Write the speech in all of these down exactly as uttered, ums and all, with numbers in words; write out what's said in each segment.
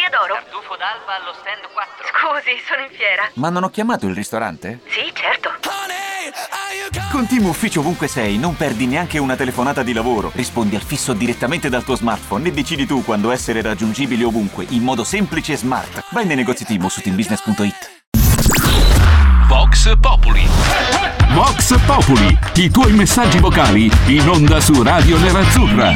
Osteria d'Oro. Tartufo d'alba allo stand quattro. Scusi, sono in fiera. Ma non ho chiamato il ristorante? Sì, certo. Con Team Ufficio ovunque sei, non perdi neanche una telefonata di lavoro. Rispondi al fisso direttamente dal tuo smartphone e decidi tu quando essere raggiungibile ovunque, in modo semplice e smart. Vai nei negozi Team o su team business punto it. Vox Populi. Vox Populi, i tuoi messaggi vocali in onda su Radio Nerazzurra.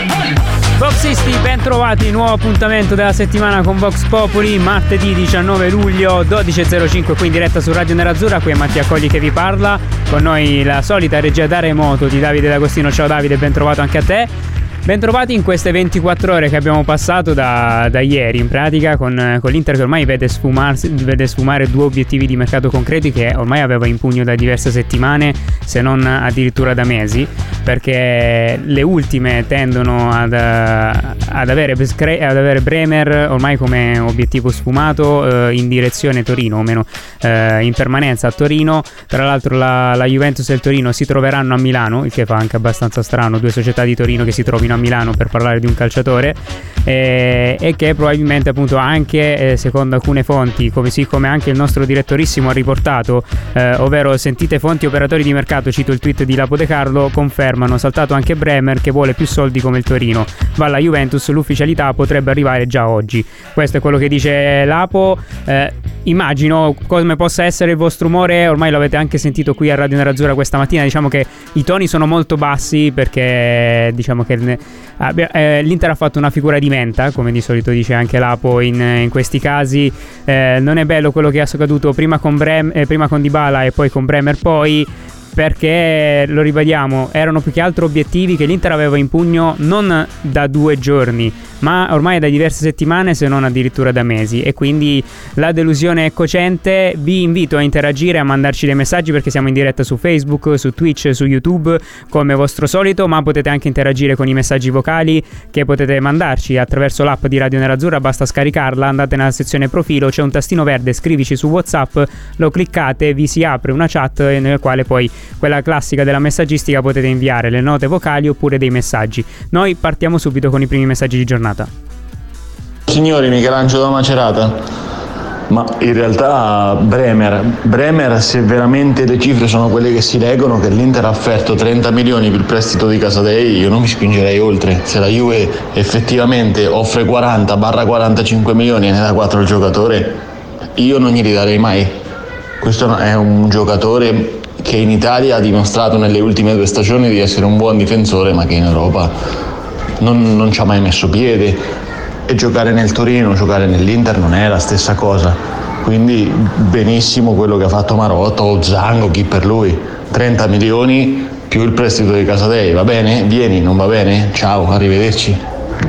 Voxisti, ben trovati, nuovo appuntamento della settimana con Vox Populi, martedì diciannove luglio dodici e zero cinque qui in diretta su Radio Nerazzurra. Qui è Mattia Colli che vi parla, con noi la solita regia da remoto di Davide D'Agostino. Ciao Davide, ben trovato anche a te. Bentrovati in queste ventiquattro ore che abbiamo passato da, da ieri, in pratica, con, con l'Inter che ormai vede, sfumarsi, vede sfumare due obiettivi di mercato concreti che ormai aveva in pugno da diverse settimane, se non addirittura da mesi, perché le ultime tendono ad, ad, avere, ad avere Bremer ormai come obiettivo sfumato eh, in direzione Torino, o meno eh, in permanenza a Torino. Tra l'altro la, la Juventus e il Torino si troveranno a Milano, il che fa anche abbastanza strano, due società di Torino che si trovino a Milano per parlare di un calciatore, eh, e che probabilmente appunto anche eh, secondo alcune fonti, come sì come anche il nostro direttorissimo ha riportato, eh, ovvero sentite fonti operatori di mercato, cito il tweet di Lapo De Carlo, confermano saltato anche Bremer che vuole più soldi come il Torino, va alla Juventus, l'ufficialità potrebbe arrivare già oggi. Questo è quello che dice Lapo. eh, immagino come possa essere il vostro umore, ormai lo avete anche sentito qui a Radio Nerazzurra questa mattina, diciamo che i toni sono molto bassi perché diciamo che eh, l'Inter ha fatto una figura di menta, come di solito dice anche Lapo in, in questi casi. Eh, non è bello quello che è accaduto prima con, Brem, eh, prima con Dybala e poi con Bremer, poi perché, lo ribadiamo, erano più che altro obiettivi che l'Inter aveva in pugno non da due giorni, ma ormai da diverse settimane, se non addirittura da mesi, e quindi la delusione è cocente. Vi invito a interagire, a mandarci dei messaggi, perché siamo in diretta su Facebook, su Twitch, su YouTube come vostro solito, ma potete anche interagire con i messaggi vocali che potete mandarci attraverso l'app di Radio Nerazzurra. Basta scaricarla, andate nella sezione profilo, c'è un tastino verde, scrivici su WhatsApp, lo cliccate, vi si apre una chat nel quale poi, quella classica della messaggistica, potete inviare le note vocali oppure dei messaggi. Noi partiamo subito con i primi messaggi di giornata. Signori, Michelangelo da Macerata. Ma in realtà Bremer, Bremer, se veramente le cifre sono quelle che si leggono, che l'Inter ha offerto trenta milioni per il prestito di Casadei, io non mi spingerei oltre. Se la Juve effettivamente offre quaranta quarantacinque milioni e ne dà quattro al giocatore, io non glieli darei mai. Questo è un giocatore che in Italia ha dimostrato nelle ultime due stagioni di essere un buon difensore, ma che in Europa non, non ci ha mai messo piede. E giocare nel Torino, giocare nell'Inter non è la stessa cosa. Quindi benissimo quello che ha fatto Marotta o Zango, chi per lui. trenta milioni più il prestito di Casadei, va bene? Vieni, non va bene? Ciao, arrivederci.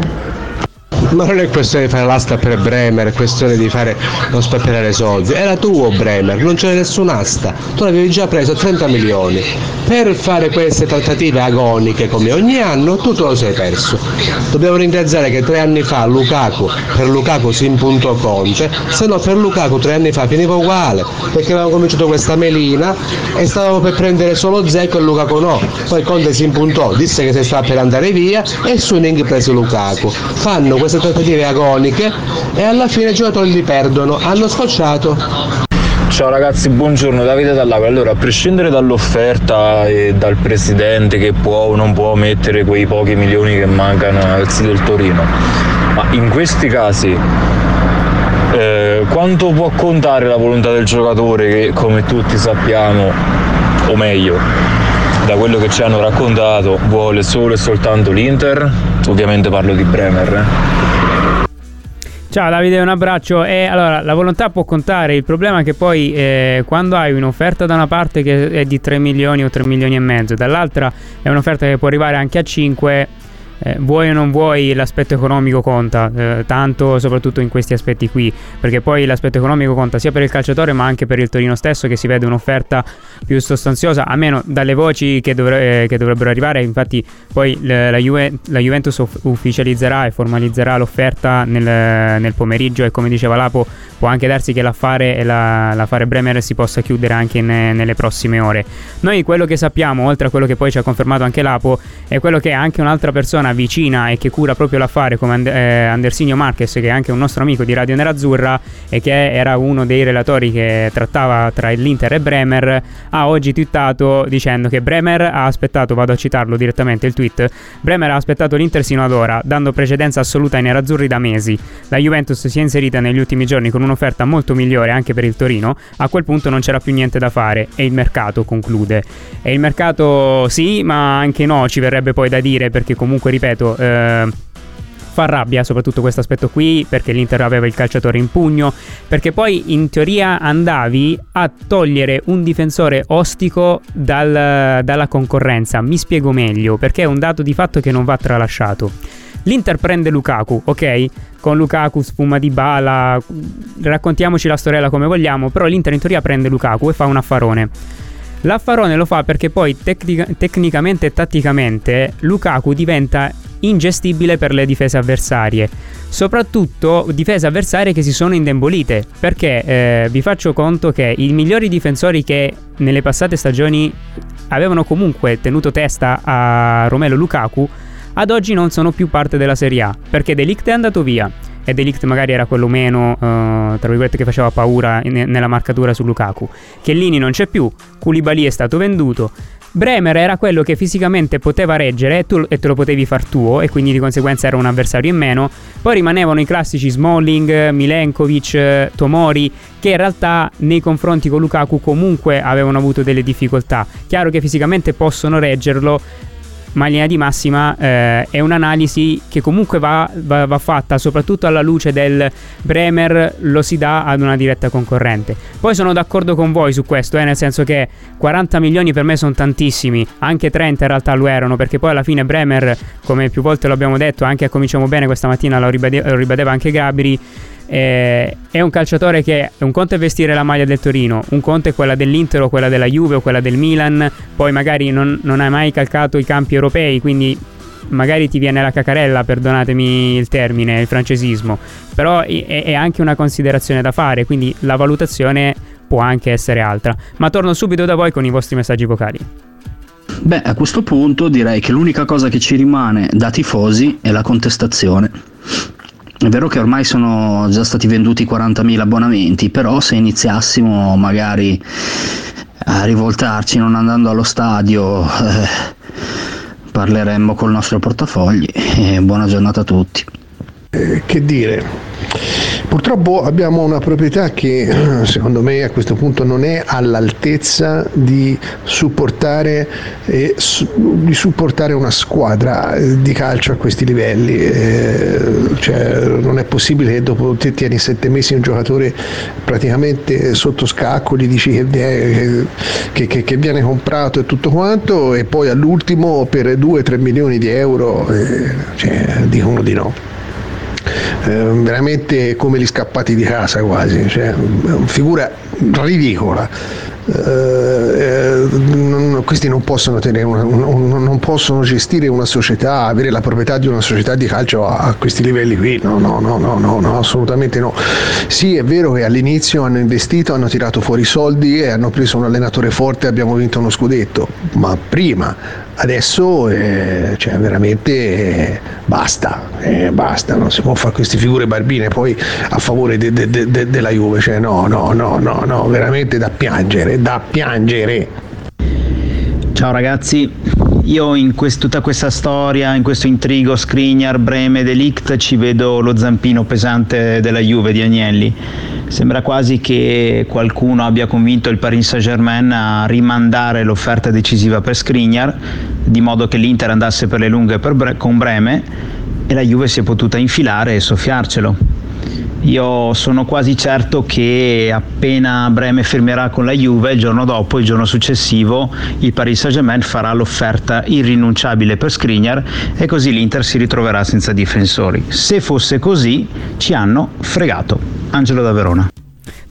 Ma non è questione di fare l'asta per Bremer, è questione di fare non sperperare soldi. Era tuo Bremer, non c'era nessun'asta, tu l'avevi già preso trenta milioni. Per fare queste trattative agoniche come ogni anno, tu te lo sei perso. Dobbiamo ringraziare che tre anni fa Lukaku, per Lukaku si impuntò Conte, se no per Lukaku tre anni fa finiva uguale, perché avevamo cominciato questa melina e stavamo per prendere solo Zecco e Lukaku no. Poi Conte si impuntò, disse che si stava per andare via e Suning prese Lukaku. Fanno queste trattative agoniche e alla fine i giocatori li perdono, hanno scocciato. Ciao ragazzi, buongiorno, Davide Dall'Aquila. Allora, a prescindere dall'offerta e dal presidente che può o non può mettere quei pochi milioni che mancano al sito del Torino, ma in questi casi eh, quanto può contare la volontà del giocatore che, come tutti sappiamo, o meglio, da quello che ci hanno raccontato, vuole solo e soltanto l'Inter? Ovviamente parlo di Bremer. Eh. Ciao Davide, un abbraccio. E allora, la volontà può contare, il problema è che poi eh, quando hai un'offerta da una parte che è di tre milioni o tre milioni e mezzo, dall'altra è un'offerta che può arrivare anche a cinque, eh, vuoi o non vuoi l'aspetto economico conta, eh, tanto soprattutto in questi aspetti qui, perché poi l'aspetto economico conta sia per il calciatore ma anche per il Torino stesso, che si vede un'offerta più sostanziosa, almeno dalle voci che, dovre- eh, che dovrebbero arrivare. Infatti poi la, la, Juve, la Juventus uff- ufficializzerà e formalizzerà l'offerta nel, nel pomeriggio, e come diceva Lapo può anche darsi che l'affare, la, l'affare Bremer si possa chiudere anche in, nelle prossime ore. Noi quello che sappiamo, oltre a quello che poi ci ha confermato anche Lapo, è quello che anche un'altra persona persona vicina e che cura proprio l'affare come And- eh, Andersinio Marquez, che è anche un nostro amico di Radio Nerazzurra e che era uno dei relatori che trattava tra l'Inter e Bremer, ha oggi twittato dicendo che Bremer ha aspettato, vado a citarlo direttamente il tweet, Bremer ha aspettato l'Inter sino ad ora, dando precedenza assoluta ai nerazzurri da mesi. La Juventus si è inserita negli ultimi giorni con un'offerta molto migliore anche per il Torino, a quel punto non c'era più niente da fare e il mercato, conclude. E il mercato sì, ma anche no, ci verrebbe poi da dire, perché comunque ripeto eh, fa rabbia soprattutto questo aspetto qui, perché l'Inter aveva il calciatore in pugno, perché poi in teoria andavi a togliere un difensore ostico dal, dalla concorrenza. Mi spiego meglio, perché è un dato di fatto che non va tralasciato. L'Inter prende Lukaku, ok? Con Lukaku sfuma Dybala, raccontiamoci la storiella come vogliamo, però l'Inter in teoria prende Lukaku e fa un affarone. L'affarone lo fa perché poi tecnica, tecnicamente e tatticamente Lukaku diventa ingestibile per le difese avversarie, soprattutto difese avversarie che si sono indebolite, perché eh, vi faccio conto che i migliori difensori che nelle passate stagioni avevano comunque tenuto testa a Romelu Lukaku ad oggi non sono più parte della Serie A, perché De Ligt è andato via e De Ligt magari era quello meno uh, tra virgolette che faceva paura in, nella marcatura su Lukaku. Chiellini non c'è più, Koulibaly è stato venduto, Bremer era quello che fisicamente poteva reggere e, tu, e te lo potevi far tuo, e quindi di conseguenza era un avversario in meno. Poi rimanevano i classici Smalling, Milenkovic, Tomori, che in realtà nei confronti con Lukaku comunque avevano avuto delle difficoltà. Chiaro che fisicamente possono reggerlo, ma in linea di massima eh, è un'analisi che comunque va, va, va fatta soprattutto alla luce del Bremer lo si dà ad una diretta concorrente. Poi sono d'accordo con voi su questo, eh, nel senso che quaranta milioni per me sono tantissimi, anche trenta in realtà lo erano, perché poi alla fine Bremer, come più volte lo abbiamo detto, anche a Cominciamo Bene questa mattina lo, ribade- lo ribadeva anche Gabri, Eh, è un calciatore che un conto è vestire la maglia del Torino, un conto è quella dell'Inter o quella della Juve o quella del Milan, poi magari non, non hai mai calcato i campi europei, quindi magari ti viene la cacarella, perdonatemi il termine, il francesismo, però è, è anche una considerazione da fare, quindi la valutazione può anche essere altra. Ma torno subito da voi con i vostri messaggi vocali. Beh, a questo punto direi che l'unica cosa che ci rimane da tifosi è la contestazione. È vero che ormai sono già stati venduti quarantamila abbonamenti, però se iniziassimo magari a rivoltarci non andando allo stadio, eh, parleremmo col nostro portafogli. E buona giornata a tutti. Eh, che dire? Purtroppo abbiamo una proprietà che secondo me a questo punto non è all'altezza di supportare, eh, su, di supportare una squadra di calcio a questi livelli. Eh, cioè, non è possibile che dopo te tieni sette mesi un giocatore praticamente sotto scacco, gli dici che, che, che, che viene comprato e tutto quanto, e poi all'ultimo per due tre milioni di euro eh, cioè, dicono di no. Eh, veramente come gli scappati di casa quasi, cioè, figura ridicola. Eh, non, questi non possono tenere una, un, non possono gestire una società, avere la proprietà di una società di calcio a, a questi livelli qui. No, no, no, no, no, no, assolutamente no. Sì, è vero che all'inizio hanno investito, hanno tirato fuori soldi e hanno preso un allenatore forte e abbiamo vinto uno scudetto, ma prima adesso eh, cioè veramente eh, basta, eh, basta, non si può fare queste figure barbine poi a favore de, de, de, de, della Juve, cioè no, no, no, no, no, veramente da piangere, da piangere. Ciao ragazzi, io in quest- tutta questa storia, in questo intrigo Skriniar, Breme, De Ligt ci vedo lo zampino pesante della Juve di Agnelli. Sembra quasi che qualcuno abbia convinto il Paris Saint-Germain a rimandare l'offerta decisiva per Skriniar, di modo che l'Inter andasse per le lunghe per Bre- con Breme e la Juve si è potuta infilare e soffiarcelo. Io sono quasi certo che appena Breme firmerà con la Juve, il giorno dopo, il giorno successivo, il Paris Saint-Germain farà l'offerta irrinunciabile per Skriniar e così l'Inter si ritroverà senza difensori. Se fosse così, ci hanno fregato. Angelo da Verona.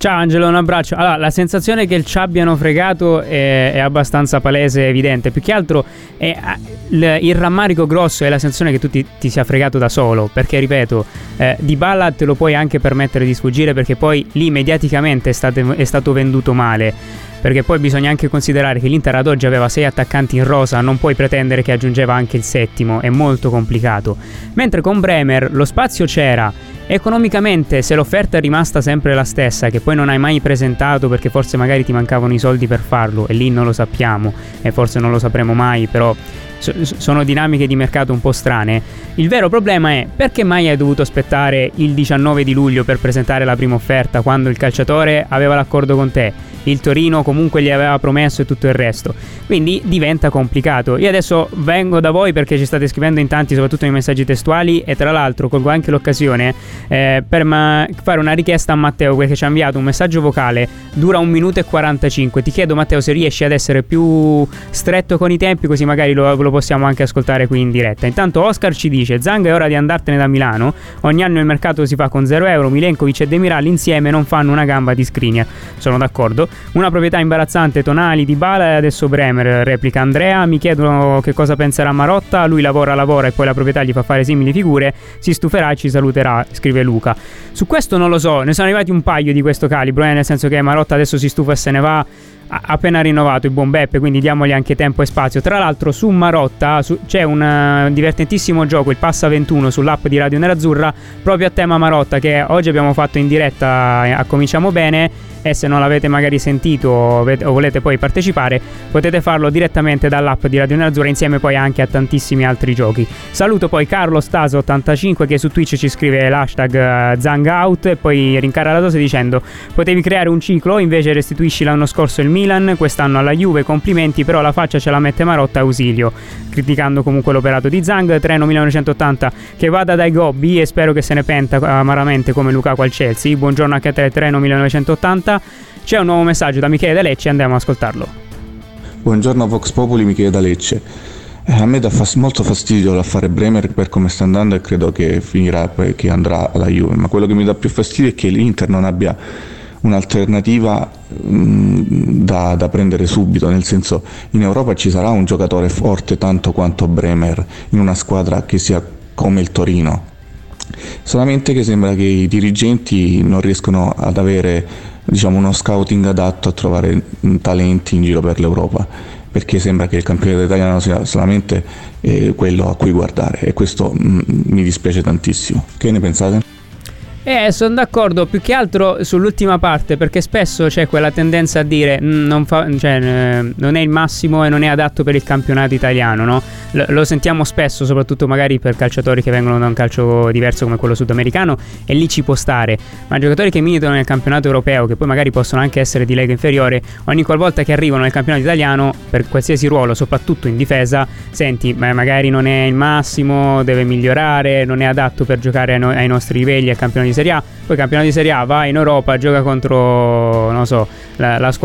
Ciao Angelo, un abbraccio. Allora, la sensazione che ci abbiano fregato è, è abbastanza palese, evidente. Più che altro è, il, il rammarico grosso è la sensazione che tu ti, ti sia fregato da solo. Perché, ripeto, eh, Dybala te lo puoi anche permettere di sfuggire, perché poi lì mediaticamente è, state, è stato venduto male. Perché poi bisogna anche considerare che l'Inter ad oggi aveva sei attaccanti in rosa, non puoi pretendere che aggiungeva anche il settimo, è molto complicato. Mentre con Bremer lo spazio c'era, economicamente se l'offerta è rimasta sempre la stessa, che poi non hai mai presentato perché forse magari ti mancavano i soldi per farlo, e lì non lo sappiamo e forse non lo sapremo mai, però sono dinamiche di mercato un po' strane. Il vero problema è: perché mai hai dovuto aspettare il diciannove di luglio per presentare la prima offerta, quando il calciatore aveva l'accordo con te, il Torino comunque gli aveva promesso e tutto il resto? Quindi diventa complicato. Io adesso vengo da voi perché ci state scrivendo in tanti, soprattutto nei messaggi testuali, e tra l'altro colgo anche l'occasione eh, per ma- fare una richiesta a Matteo, perché ci ha inviato un messaggio vocale, dura un minuto e quarantacinque. Ti chiedo, Matteo, se riesci ad essere più stretto con i tempi, così magari lo, lo possiamo anche ascoltare qui in diretta. Intanto Oscar ci dice: Zang, è ora di andartene da Milano, ogni anno il mercato si fa con zero euro, Milenkovic e Demiral insieme non fanno una gamba di Skriniar. Sono d'accordo. Una proprietà imbarazzante, Tonali, Dybala e adesso Bremer, replica Andrea. Mi chiedono che cosa penserà Marotta, lui lavora lavora e poi la proprietà gli fa fare simili figure, si stuferà e ci saluterà, scrive Luca. Su questo non lo so, ne sono arrivati un paio di questo calibro, eh, nel senso che Marotta adesso si stufa e se ne va, appena rinnovato il buon Beppe, quindi diamogli anche tempo e spazio. Tra l'altro su Marotta su, c'è un uh, divertentissimo gioco, il Passa ventuno, sull'app di Radio Nerazzurra, proprio a tema Marotta, che oggi abbiamo fatto in diretta a Cominciamo Bene, e se non l'avete magari sentito o volete poi partecipare, potete farlo direttamente dall'app di Radio Nerazzurra, insieme poi anche a tantissimi altri giochi. Saluto poi Carlo Staso ottantacinque che su Twitch ci scrive l'hashtag Zangout e poi rincara la dose dicendo: potevi creare un ciclo, invece restituisci l'anno scorso il Milan, quest'anno alla Juve, complimenti, però la faccia ce la mette Marotta, ausilio, criticando comunque l'operato di Zang. Treno millenovecentottanta che vada dai Gobbi e spero che se ne penta amaramente come Lukaku al Chelsea. Buongiorno anche a te, Treno millenovecentottanta. C'è un nuovo messaggio da Michele da Lecce, andiamo ad ascoltarlo. Buongiorno a Vox Populi, Michele da Lecce. Eh, a me dà fas- molto fastidio l'affare Bremer per come sta andando, e credo che finirà, che andrà alla Juve, ma quello che mi dà più fastidio è che l'Inter non abbia un'alternativa mh, da, da prendere subito, nel senso, in Europa ci sarà un giocatore forte tanto quanto Bremer in una squadra che sia come il Torino, solamente che sembra che i dirigenti non riescono ad avere, diciamo, uno scouting adatto a trovare talenti in giro per l'Europa, perché sembra che il campionato italiano sia solamente eh, quello a cui guardare, e questo mh, mi dispiace tantissimo. Che ne pensate? Eh, sono d'accordo, più che altro sull'ultima parte, perché spesso c'è quella tendenza a dire non, fa, cioè, eh, non è il massimo e non è adatto per il campionato italiano, no? L- lo sentiamo spesso, soprattutto magari per calciatori che vengono da un calcio diverso come quello sudamericano, e lì ci può stare, ma giocatori che militano nel campionato europeo, che poi magari possono anche essere di lega inferiore, ogni qualvolta che arrivano nel campionato italiano, per qualsiasi ruolo, soprattutto in difesa, senti, ma magari non è il massimo, deve migliorare, non è adatto per giocare ai, no- ai nostri livelli al campionato di Serie A. Poi campionato di Serie A, va in Europa, gioca contro, non so, la, la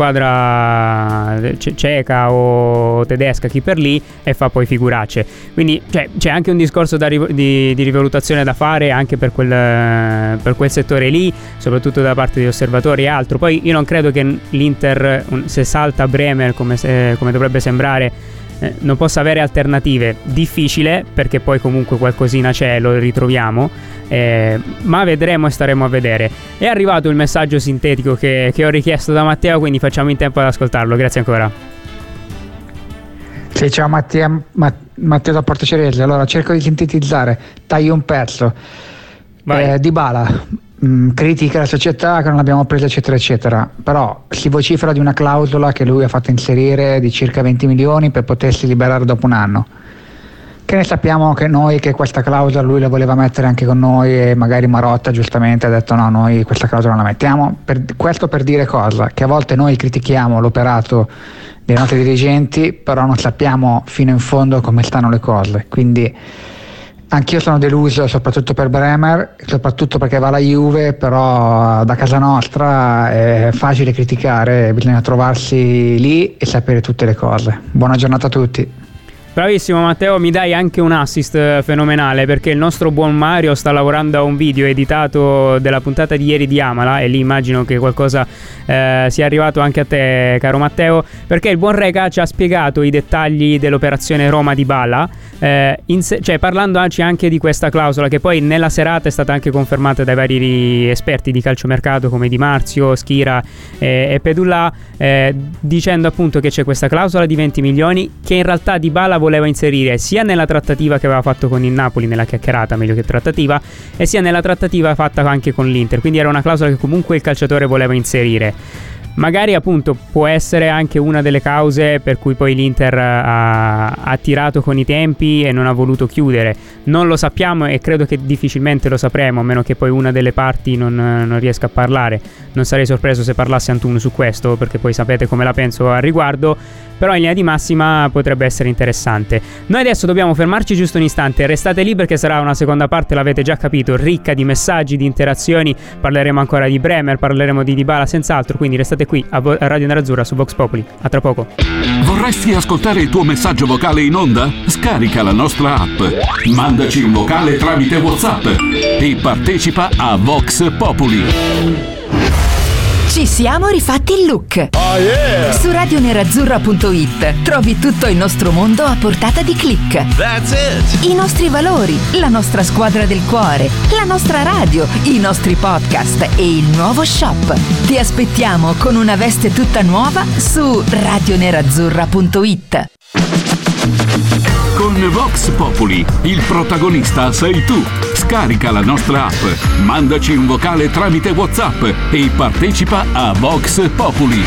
squadra ceca o tedesca, chi per lì, e fa poi figuracce. Quindi cioè, c'è anche un discorso da ri- di, di rivalutazione da fare anche per quel, per quel settore lì, soprattutto da parte degli osservatori e altro. Poi io non credo che l'Inter, se salta Bremer come, se, come dovrebbe sembrare, eh, non possa avere alternative. Difficile, perché poi comunque qualcosina c'è, lo ritroviamo, eh, ma vedremo e staremo a vedere. È arrivato il messaggio sintetico che, che ho richiesto da Matteo, quindi facciamo in tempo ad ascoltarlo. Grazie ancora. Sì, ciao Mattia, Ma- Matteo da Portocerese. Allora, cerco di sintetizzare, taglio un pezzo. eh, Dybala mh, critica la società che non l'abbiamo presa, eccetera eccetera, però si vocifera di una clausola che lui ha fatto inserire di circa venti milioni per potersi liberare dopo un anno. Che ne sappiamo che noi che questa clausola lui la voleva mettere anche con noi, e magari Marotta giustamente ha detto no, noi questa clausola non la mettiamo. Per, questo per dire cosa? Che a volte noi critichiamo l'operato dei nostri dirigenti, però non sappiamo fino in fondo come stanno le cose. Quindi anch'io sono deluso, soprattutto per Bremer, soprattutto perché va alla Juve, però da casa nostra è facile criticare, bisogna trovarsi lì e sapere tutte le cose. Buona giornata a tutti. Bravissimo Matteo, mi dai anche un assist fenomenale, perché il nostro buon Mario sta lavorando a un video editato della puntata di ieri di Amala, e lì immagino che qualcosa eh, sia arrivato anche a te, caro Matteo, perché il buon Reca ci ha spiegato i dettagli dell'operazione Roma Dybala, eh, se- cioè parlandoci anche di questa clausola che poi nella serata è stata anche confermata dai vari esperti di calciomercato come Di Marzio, Schira eh, e Pedulla, eh, dicendo appunto che c'è questa clausola di venti milioni che in realtà Dybala voleva inserire sia nella trattativa che aveva fatto con il Napoli, nella chiacchierata meglio che trattativa, e sia nella trattativa fatta anche con l'Inter, quindi era una clausola che comunque il calciatore voleva inserire. Magari appunto può essere anche una delle cause per cui poi l'Inter ha, ha tirato con i tempi e non ha voluto chiudere. Non lo sappiamo e credo che difficilmente lo sapremo, a meno che poi una delle parti non, non riesca a parlare. Non sarei sorpreso se parlasse Antun su questo, perché poi sapete come la penso al riguardo, però in linea di massima potrebbe essere interessante. Noi adesso dobbiamo fermarci giusto un istante, restate lì perché sarà una seconda parte, l'avete già capito, ricca di messaggi, di interazioni. Parleremo ancora di Bremer, parleremo di Dybala senz'altro, quindi restate qui a Radio Nerazzurra su Vox Populi. A tra poco. Vorresti ascoltare il tuo messaggio vocale in onda? Scarica la nostra app, mandaci un vocale tramite WhatsApp e partecipa a Vox Populi. Ci siamo rifatti il look. Oh yeah! Su radio nerazzurra punto it trovi tutto il nostro mondo a portata di click. That's it! I nostri valori, la nostra squadra del cuore, la nostra radio, i nostri podcast e il nuovo shop. Ti aspettiamo con una veste tutta nuova su radio nerazzurra punto it. Con Vox Populi, il protagonista sei tu. Scarica la nostra app, mandaci un vocale tramite WhatsApp e partecipa a Vox Populi.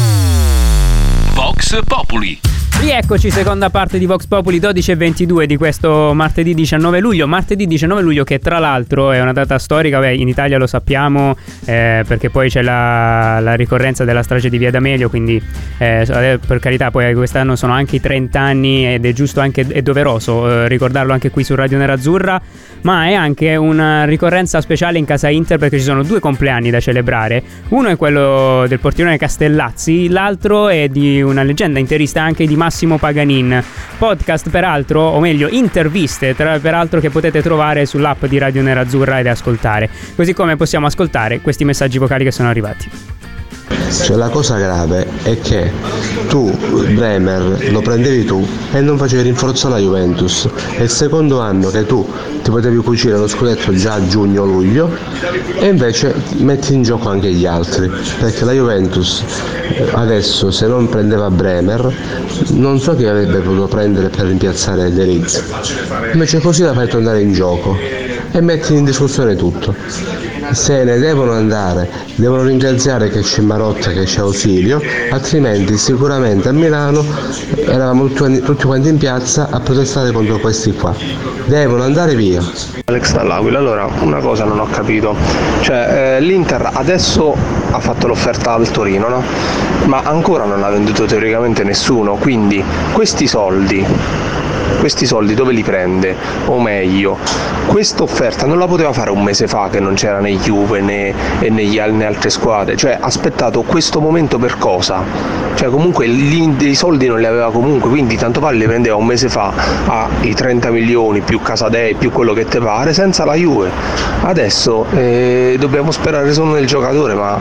Vox Populi. Rieccoci, seconda parte di Vox Populi, dodici e ventidue di questo martedì diciannove luglio. Martedì diciannove luglio che tra l'altro è una data storica, beh, in Italia lo sappiamo eh, perché poi c'è la, la ricorrenza della strage di Via D'Amelio, quindi eh, per carità poi quest'anno sono anche i trenta anni ed è giusto anche, è doveroso eh, ricordarlo anche qui su Radio Nerazzurra, ma è anche una ricorrenza speciale in casa Inter perché ci sono due compleanni da celebrare. Uno è quello del portiere Castellazzi, l'altro è di una leggenda interista anche di Massimo Paganin. Podcast peraltro, o meglio interviste tra, peraltro che potete trovare sull'app di Radio Nerazzurra ed ascoltare, così come possiamo ascoltare questi messaggi vocali che sono arrivati. Cioè la cosa grave è che tu Bremer lo prendevi tu e non facevi rinforzo alla Juventus, è il secondo anno che tu ti potevi cucire lo scudetto già a giugno-luglio e invece metti in gioco anche gli altri, perché la Juventus adesso se non prendeva Bremer non so chi avrebbe potuto prendere per rimpiazzare De Ligt, invece così la fai tornare in gioco e metti in discussione tutto. Se ne devono andare, devono ringraziare che c'è Marotta, che c'è Ausilio, altrimenti sicuramente a Milano eravamo tutti, tutti quanti in piazza a protestare contro questi qua. Devono andare via. Alex dall'Aquila, allora una cosa non ho capito, cioè eh, l'Inter adesso ha fatto l'offerta al Torino, no? Ma ancora non ha venduto teoricamente nessuno, quindi questi soldi questi soldi dove li prende? O meglio, questa offerta non la poteva fare un mese fa che non c'era né Juve né, e negli, né altre squadre, cioè ha aspettato questo momento per cosa? Cioè comunque i soldi non li aveva comunque, quindi tanto vale li prendeva un mese fa a i trenta milioni più Casadei più quello che te pare senza la Juve. Adesso eh, dobbiamo sperare solo nel giocatore, ma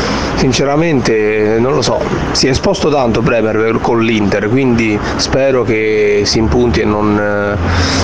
sinceramente non lo so, si è esposto tanto Bremer con l'Inter, quindi spero che si impunti e non eh,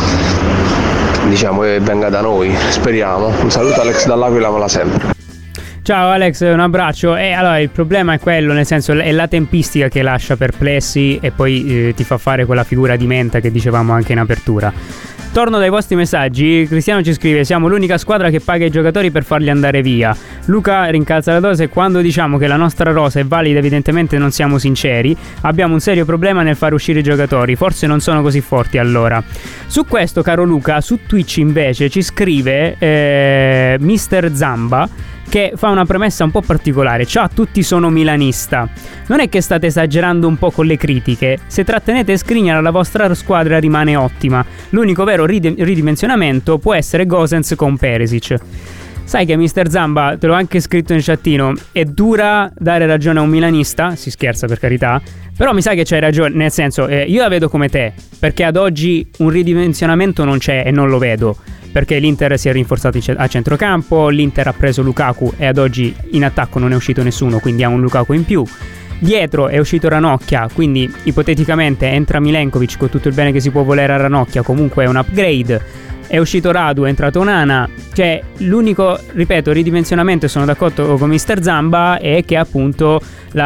diciamo che venga da noi, speriamo. Un saluto Alex dall'Aquila, ma la sempre. Ciao Alex, un abbraccio. E allora il problema è quello, nel senso è la tempistica che lascia perplessi e poi eh, ti fa fare quella figura di menta che dicevamo anche in apertura. Torno dai vostri messaggi. Cristiano ci scrive: siamo l'unica squadra che paga i giocatori per farli andare via. Luca rincalza la dose: quando diciamo che la nostra rosa è valida evidentemente non siamo sinceri. Abbiamo un serio problema nel far uscire i giocatori, forse non sono così forti allora. Su questo, caro Luca, su Twitch invece ci scrive eh, mister Zamba, che fa una premessa un po' particolare. Ciao a tutti, sono milanista. Non è che state esagerando un po' con le critiche. Se trattenete Skriniar la vostra squadra rimane ottima. L'unico vero rid- ridimensionamento può essere Gosens con Perisic. Sai che mister Zamba, te l'ho anche scritto in chattino, è dura dare ragione a un milanista, si scherza per carità, però mi sa che c'hai ragione, nel senso, eh, io la vedo come te, perché ad oggi un ridimensionamento non c'è e non lo vedo, perché l'Inter si è rinforzato a centrocampo, l'Inter ha preso Lukaku e ad oggi in attacco non è uscito nessuno, quindi ha un Lukaku in più. Dietro è uscito Ranocchia, quindi ipoteticamente entra Milenkovic, con tutto il bene che si può volere a Ranocchia, comunque è un upgrade. È uscito Radu, è entrato Onana. Cioè l'unico, ripeto, ridimensionamento, e sono d'accordo con mister Zamba, è che appunto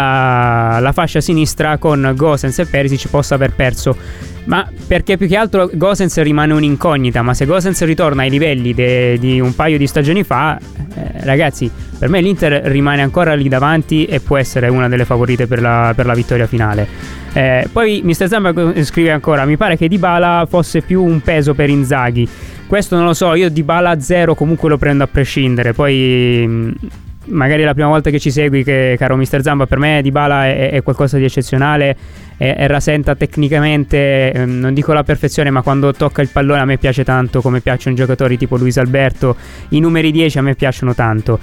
la, la fascia sinistra con Gosens e Perisic possa aver perso. Ma perché più che altro Gosens rimane un'incognita. Ma se Gosens ritorna ai livelli de, di un paio di stagioni fa, eh, ragazzi, per me l'Inter rimane ancora lì davanti e può essere una delle favorite per la, per la vittoria finale. Eh, poi mister Zamba scrive ancora: mi pare che Dybala fosse più un peso per Inzaghi. Questo non lo so, io Dybala a zero comunque lo prendo a prescindere. Poi magari è la prima volta che ci segui, che, caro mister Zamba, per me Dybala è, è qualcosa di eccezionale, è, è rasenta tecnicamente, ehm, non dico la perfezione, ma quando tocca il pallone a me piace tanto, come piacciono i giocatori tipo Luis Alberto. I numeri dieci a me piacciono tanto.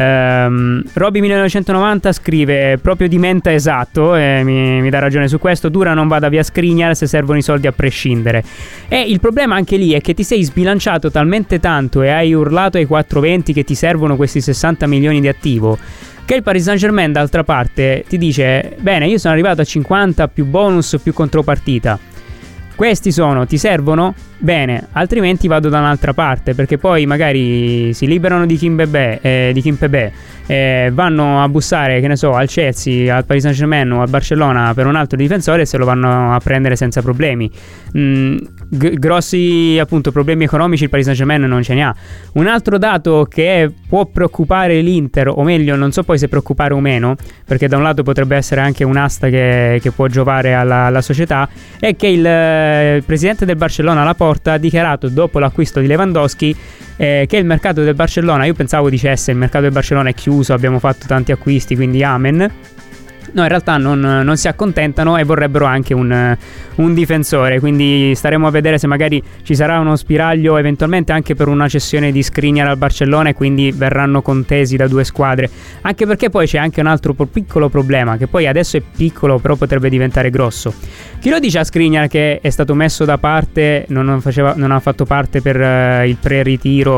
ehm, Robby millenovecentonovanta scrive proprio di menta esatto, e mi, mi dà ragione su questo. Dura non vada via Skriniar se servono i soldi a prescindere. E il problema anche lì è che ti sei sbilanciato talmente tanto e hai urlato ai quattro venti che ti servono questi sessanta milioni di attivo, che il Paris Saint-Germain d'altra parte ti dice: bene, io sono arrivato a cinquanta più bonus più contropartita, questi sono, ti servono? Bene, altrimenti vado da un'altra parte, perché poi magari si liberano di Kimpembe, eh, di Kimpembe eh, vanno a bussare, che ne so, al Chelsea, al Paris Saint-Germain o al Barcellona per un altro difensore e se lo vanno a prendere senza problemi. Mm, g- grossi appunto problemi economici il Paris Saint-Germain non ce ne ha. Un altro dato che può preoccupare l'Inter, o meglio non so poi se preoccupare o meno, perché da un lato potrebbe essere anche un'asta che, che può giovare alla, alla società, è che il, il presidente del Barcellona, Laporta, ha dichiarato dopo l'acquisto di Lewandowski eh, che il mercato del Barcellona, io pensavo dicesse il mercato del Barcellona è chiuso, abbiamo fatto tanti acquisti, quindi amen. No, in realtà non, non si accontentano e vorrebbero anche un, un difensore, quindi staremo a vedere se magari ci sarà uno spiraglio eventualmente anche per una cessione di Skriniar al Barcellona e quindi verranno contesi da due squadre, anche perché poi c'è anche un altro piccolo problema, che poi adesso è piccolo però potrebbe diventare grosso. Chi lo dice a Skriniar che è stato messo da parte, non, faceva, non ha fatto parte per uh, il pre-ritiro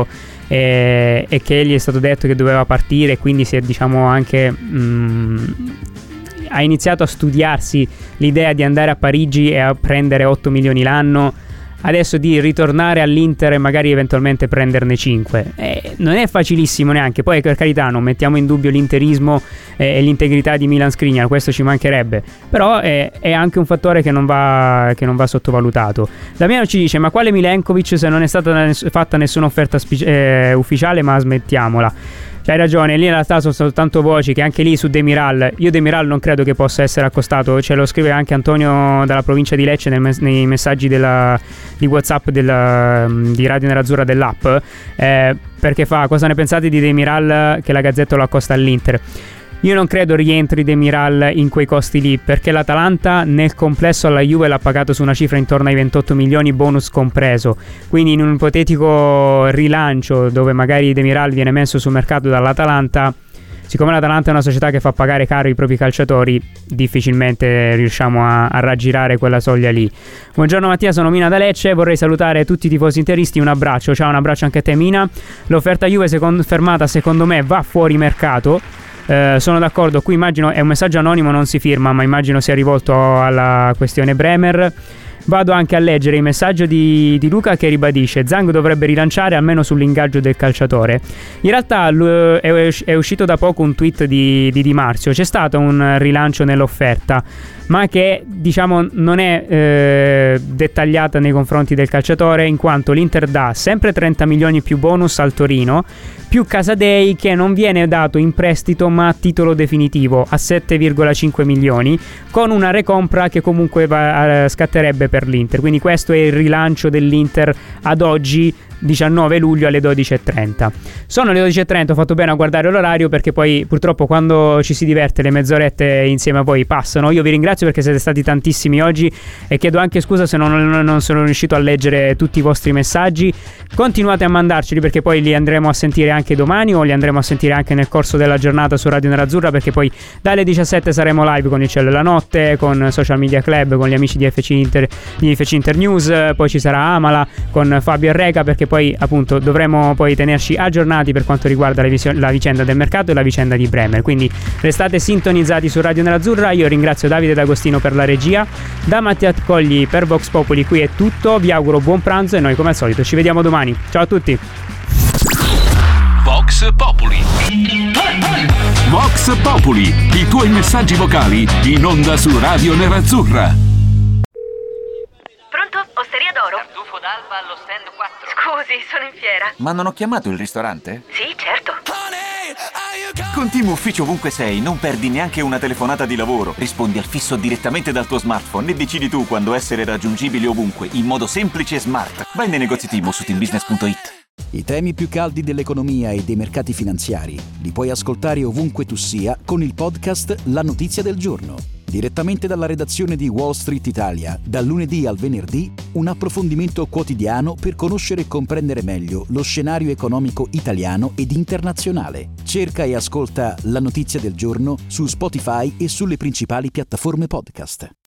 e, e che gli è stato detto che doveva partire, e quindi si è diciamo anche... Mm, ha iniziato a studiarsi l'idea di andare a Parigi e a prendere otto milioni l'anno, adesso di ritornare all'Inter e magari eventualmente prenderne cinque. Eh, non è facilissimo neanche, poi per carità non mettiamo in dubbio l'interismo eh, e l'integrità di Milan Skriniar, questo ci mancherebbe, però è, è anche un fattore che non va, che non va sottovalutato. Damiano ci dice: ma quale Milenkovic se non è stata ness- fatta nessuna offerta spi- eh, ufficiale, ma smettiamola. Hai ragione, lì in realtà sono soltanto voci, che anche lì su Demiral, io Demiral non credo che possa essere accostato, ce lo scrive anche Antonio dalla provincia di Lecce nel mes- nei messaggi della, di WhatsApp della, di Radio Nerazzurra dell'app, eh, perché fa: cosa ne pensate di Demiral che la Gazzetta lo accosta all'Inter? Io non credo rientri Demiral in quei costi lì, perché l'Atalanta nel complesso alla Juve l'ha pagato su una cifra intorno ai ventotto milioni, bonus compreso. Quindi in un ipotetico rilancio dove magari Demiral viene messo sul mercato dall'Atalanta, siccome l'Atalanta è una società che fa pagare caro i propri calciatori, difficilmente riusciamo a, a raggirare quella soglia lì. Buongiorno Mattia, sono Mina da Lecce, vorrei salutare tutti i tifosi interisti, un abbraccio. Ciao, un abbraccio anche a te Mina. L'offerta Juve secondo, fermata secondo me va fuori mercato. Uh, sono d'accordo, qui immagino è un messaggio anonimo, non si firma, ma immagino sia rivolto alla questione Bremer. Vado anche a leggere il messaggio di, di Luca che ribadisce: Zhang dovrebbe rilanciare almeno sull'ingaggio del calciatore. In realtà l- è, è uscito da poco un tweet di, di Di Marzio, c'è stato un rilancio nell'offerta, ma che diciamo non è eh, dettagliata nei confronti del calciatore, in quanto l'Inter dà sempre trenta milioni più bonus al Torino, più Casadei che non viene dato in prestito ma a titolo definitivo a sette virgola cinque milioni, con una recompra che comunque va, uh, scatterebbe per l'Inter. Quindi questo è il rilancio dell'Inter ad oggi diciannove luglio alle dodici e trenta. Sono le dodici e trenta, ho fatto bene a guardare l'orario perché poi purtroppo quando ci si diverte le mezz'orette insieme a voi passano. Io vi ringrazio perché siete stati tantissimi oggi e chiedo anche scusa se non, non sono riuscito a leggere tutti i vostri messaggi. Continuate a mandarceli perché poi li andremo a sentire anche domani o li andremo a sentire anche nel corso della giornata su Radio Nerazzurra, perché poi dalle diciassette saremo live con il Cielo della Notte, con Social Media Club, con gli amici di F C Inter, di F C Inter News, poi ci sarà Amala con Fabio e Reca, perché poi appunto dovremo poi tenerci aggiornati per quanto riguarda la, visio- la vicenda del mercato e la vicenda di Bremer. Quindi restate sintonizzati su Radio Nerazzurra. Io ringrazio Davide D'Agostino per la regia, da Mattia Cogli per Vox Populi qui è tutto, vi auguro buon pranzo e noi come al solito ci vediamo domani. Ciao a tutti. Vox Populi. Vox Populi, i tuoi messaggi vocali in onda su Radio Nerazzurra. Pronto? Osteria d'Oro? Tartufo d'Alba allo stand quattro. Scusi, sono in fiera. Ma non ho chiamato il ristorante? Sì, certo. Con Team Ufficio ovunque sei non perdi neanche una telefonata di lavoro. Rispondi al fisso direttamente dal tuo smartphone e decidi tu quando essere raggiungibile ovunque in modo semplice e smart. Vai nei negozi Team o su team business punto it. I temi più caldi dell'economia e dei mercati finanziari li puoi ascoltare ovunque tu sia con il podcast La Notizia del Giorno. Direttamente dalla redazione di Wall Street Italia, dal lunedì al venerdì, un approfondimento quotidiano per conoscere e comprendere meglio lo scenario economico italiano ed internazionale. Cerca e ascolta La Notizia del Giorno su Spotify e sulle principali piattaforme podcast.